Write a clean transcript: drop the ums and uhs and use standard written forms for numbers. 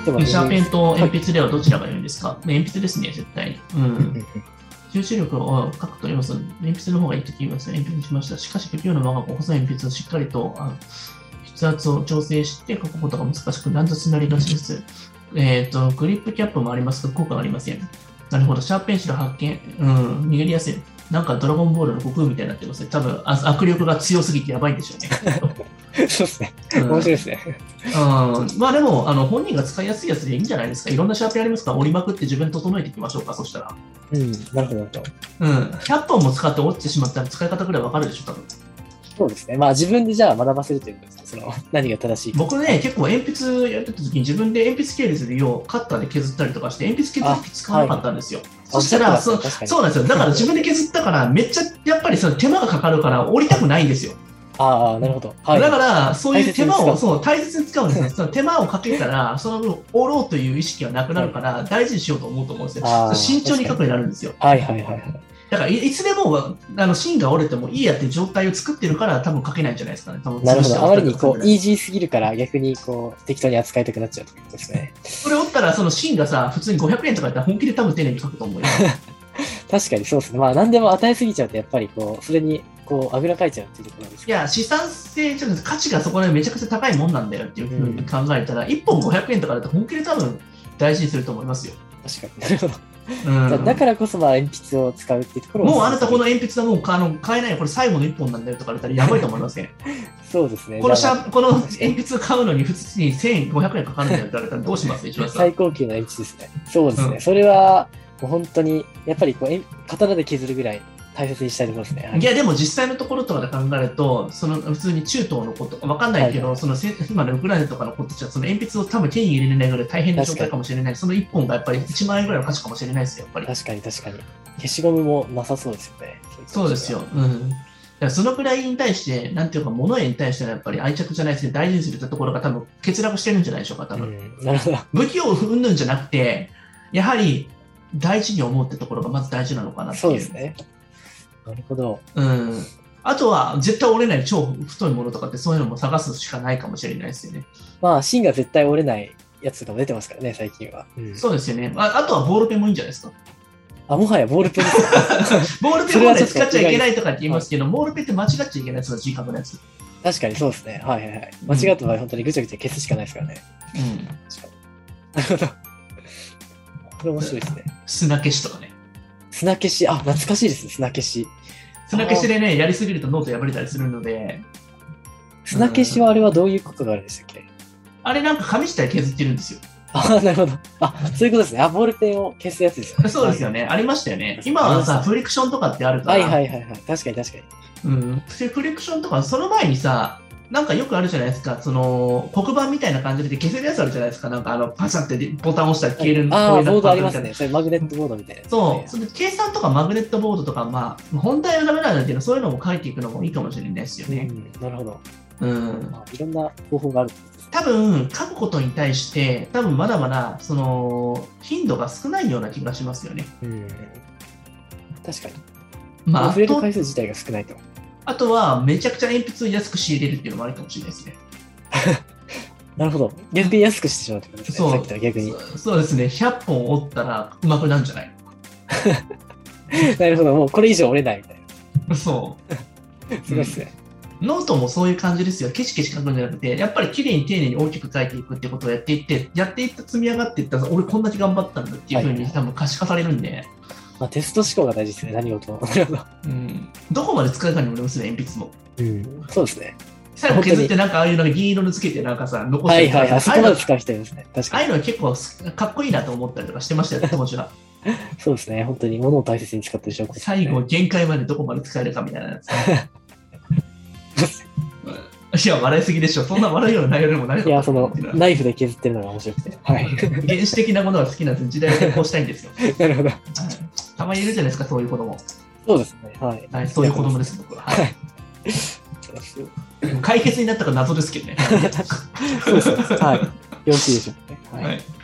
でもシャーペンと鉛筆ではどちらが良いんですか？鉛筆ですね、絶対に。集中力を書くと言いますと、鉛筆の方がいいと聞きます。鉛筆にしました。しかし、不器用な我が子、細い鉛筆をしっかりと筆圧を調整して書くことが難しく、乱雑になりがちです。グリップキャップもありますが、効果がありません。なるほど、シャーペンシル発見、逃げやすい。なんかドラゴンボールの悟空みたいになってますね。多分握力が強すぎてやばいんでしょうね。 そうですね。面白いですね。 まあでも本人が使いやすいやつでいいんじゃないですか。いろんなシャーペンありますから、折りまくって自分整えていきましょうか、そしたら。 なるほど、なるほど。 100本も使って落ちてしまったら使い方くらいわかるでしょ、多分。 そうですね。まあ自分でじゃあ学ばせるということですね。何が正しいか。 僕ね、結構鉛筆やってた時に自分で鉛筆系列でカッターで削ったりとかして、鉛筆削り器使わなかったんですよ。そしたらそうなんですよ。だから自分で削ったから、めっちゃやっぱり手間がかかるから折りたくないんですよ。 なるほど。 だから、そういう手間を大切に使うんですよ。その手間をかけたら、その分、折ろうという意識はなくなるから、大事にしようと思うと思うんですよ。慎重に書くようになるんですよ。だから、いつでも芯が折れてもいいやっていう状態を作ってるから、多分書けないんじゃないですかね。 なるほど。あまりにイージーすぎるから、逆に適当に扱いたくなっちゃうってことですね。 これ折ったら、その芯がさ、普通に500円とかやったら本気で多分丁寧に書くと思うよ。 確かにそうですね。まあ、何でも与えすぎちゃうと、やっぱりそれに、あぐらかいちゃうっていうところです。 いや、資産性じゃなくて、価値がそこでめちゃくちゃ高いもんなんだよっていうふうに考えたら、1本500円とかだと本気で多分大事にすると思いますよ。 確かに。なるほど。だからこそ、鉛筆を使うっていうところもうあなたこの鉛筆はもう買えないよ、これ最後の1本なんだよとか言ったらやばいと思いません。 そうですね。 この鉛筆を買うのに普通に1500円かかるんだよって言われたらどうします？ 最高級の鉛筆ですね。そうですね。それは、もう本当に、やっぱり刀で削るぐらい大切にしたいところですね。 いや、でも実際のところとかで考えると、普通に中東の子とかわかんないけど、今のウクライナとかの子たちは、その鉛筆を多分手に入れれないぐらい大変な状態かもしれない。その1本がやっぱり1万円ぐらいの価値かもしれないですよ、やっぱり。 確かに確かに。消しゴムもなさそうですよね。 そうですよ。だからそのくらいに対して、なんていうか、物に対してのやっぱり愛着じゃないですけど、大事にするってところが多分欠落してるんじゃないでしょうか、多分。 なるほど。 武器をうんぬんじゃなくて、やはり大事に思うってところがまず大事なのかなっていう。 そうですね。なるほど。 あとは、絶対折れない超太いものとかって、そういうのも探すしかないかもしれないですよね。 まあ、芯が絶対折れないやつとかも出てますからね、最近は。 そうですよね。あとはボールペンもいいんじゃないですか。 もはやボールペンですかボールペンを使っちゃいけないとかって言いますけど、ボールペンって間違っちゃいけないやつの字書くやつ。 確かにそうですね。間違った場合、本当にぐちゃぐちゃ消すしかないですからね。確かに。なるほど。これ面白いですね。 砂消しとかね。 砂消し、懐かしいですね、砂消し。 砂消しでね、やりすぎるとノート破れたりするので。 砂消しはあれはどういうことがあるんでしたっけ？ あれなんか紙自体削ってるんですよ。 なるほど。そういうことですね。ボールペンを消すやつですよね。 そうですよね。ありましたよね。今はさ、フリクションとかってあるから。 確かに確かに。 フリクションとか、その前にさ、なんかよくあるじゃないですか、黒板みたいな感じで消せるやつあるじゃないですか、なんかパシャってボタンを押したら消えるボードありますね。それマグネットボードみたいな。 そう、その計算とかマグネットボードとか、まあ、本体はダメなんだけど、そういうのも書いていくのもいいかもしれないですよね。 なるほど。いろんな方法がある。 多分、書くことに対して、多分まだまだ、頻度が少ないような気がしますよね。 確かに。まあ、触れる回数自体が少ないと。 あとは、めちゃくちゃ鉛筆を安く仕入れるっていうのもあるかもしれないですね。 なるほど。逆に安くしてしまうってことですね。さっきとは逆に。 そうですね。100本折ったらうまくなるんじゃない？ なるほど。もうこれ以上折れないみたいな。 そう。 すごいですね。 ノートもそういう感じですよ。ケチケチ書くんじゃなくて、やっぱり綺麗に丁寧に大きく書いていくってことをやっていって、積み上がっていったら、俺こんだけ頑張ったんだっていうふうに多分可視化されるんで。 テスト思考が大事ですね、何事も。 どこまで使うかにもよりますね、鉛筆も。 そうですね。 最後削ってなんかああいうの銀色のつけてなんかさ、残してる。そこまで使う人いますね。確かに。 ああいうのは結構かっこいいなと思ったりとかしてましたよ、当時は。 そうですね、本当に物を大切に使ってる人、 最後、限界までどこまで使えるかみたいなやつ。いや、笑いすぎでしょ。そんな笑うような内容でもない。 いや、ナイフで削ってるのが面白くて。 原始的なものが好きなんです。時代を転校したいんですよ。 なるほど。 たまにいるじゃないですか、そういう子供。 そうですね。 そういう子供です、僕は。解決になったか謎ですけどね。 そうですね。よろしいでしょうね。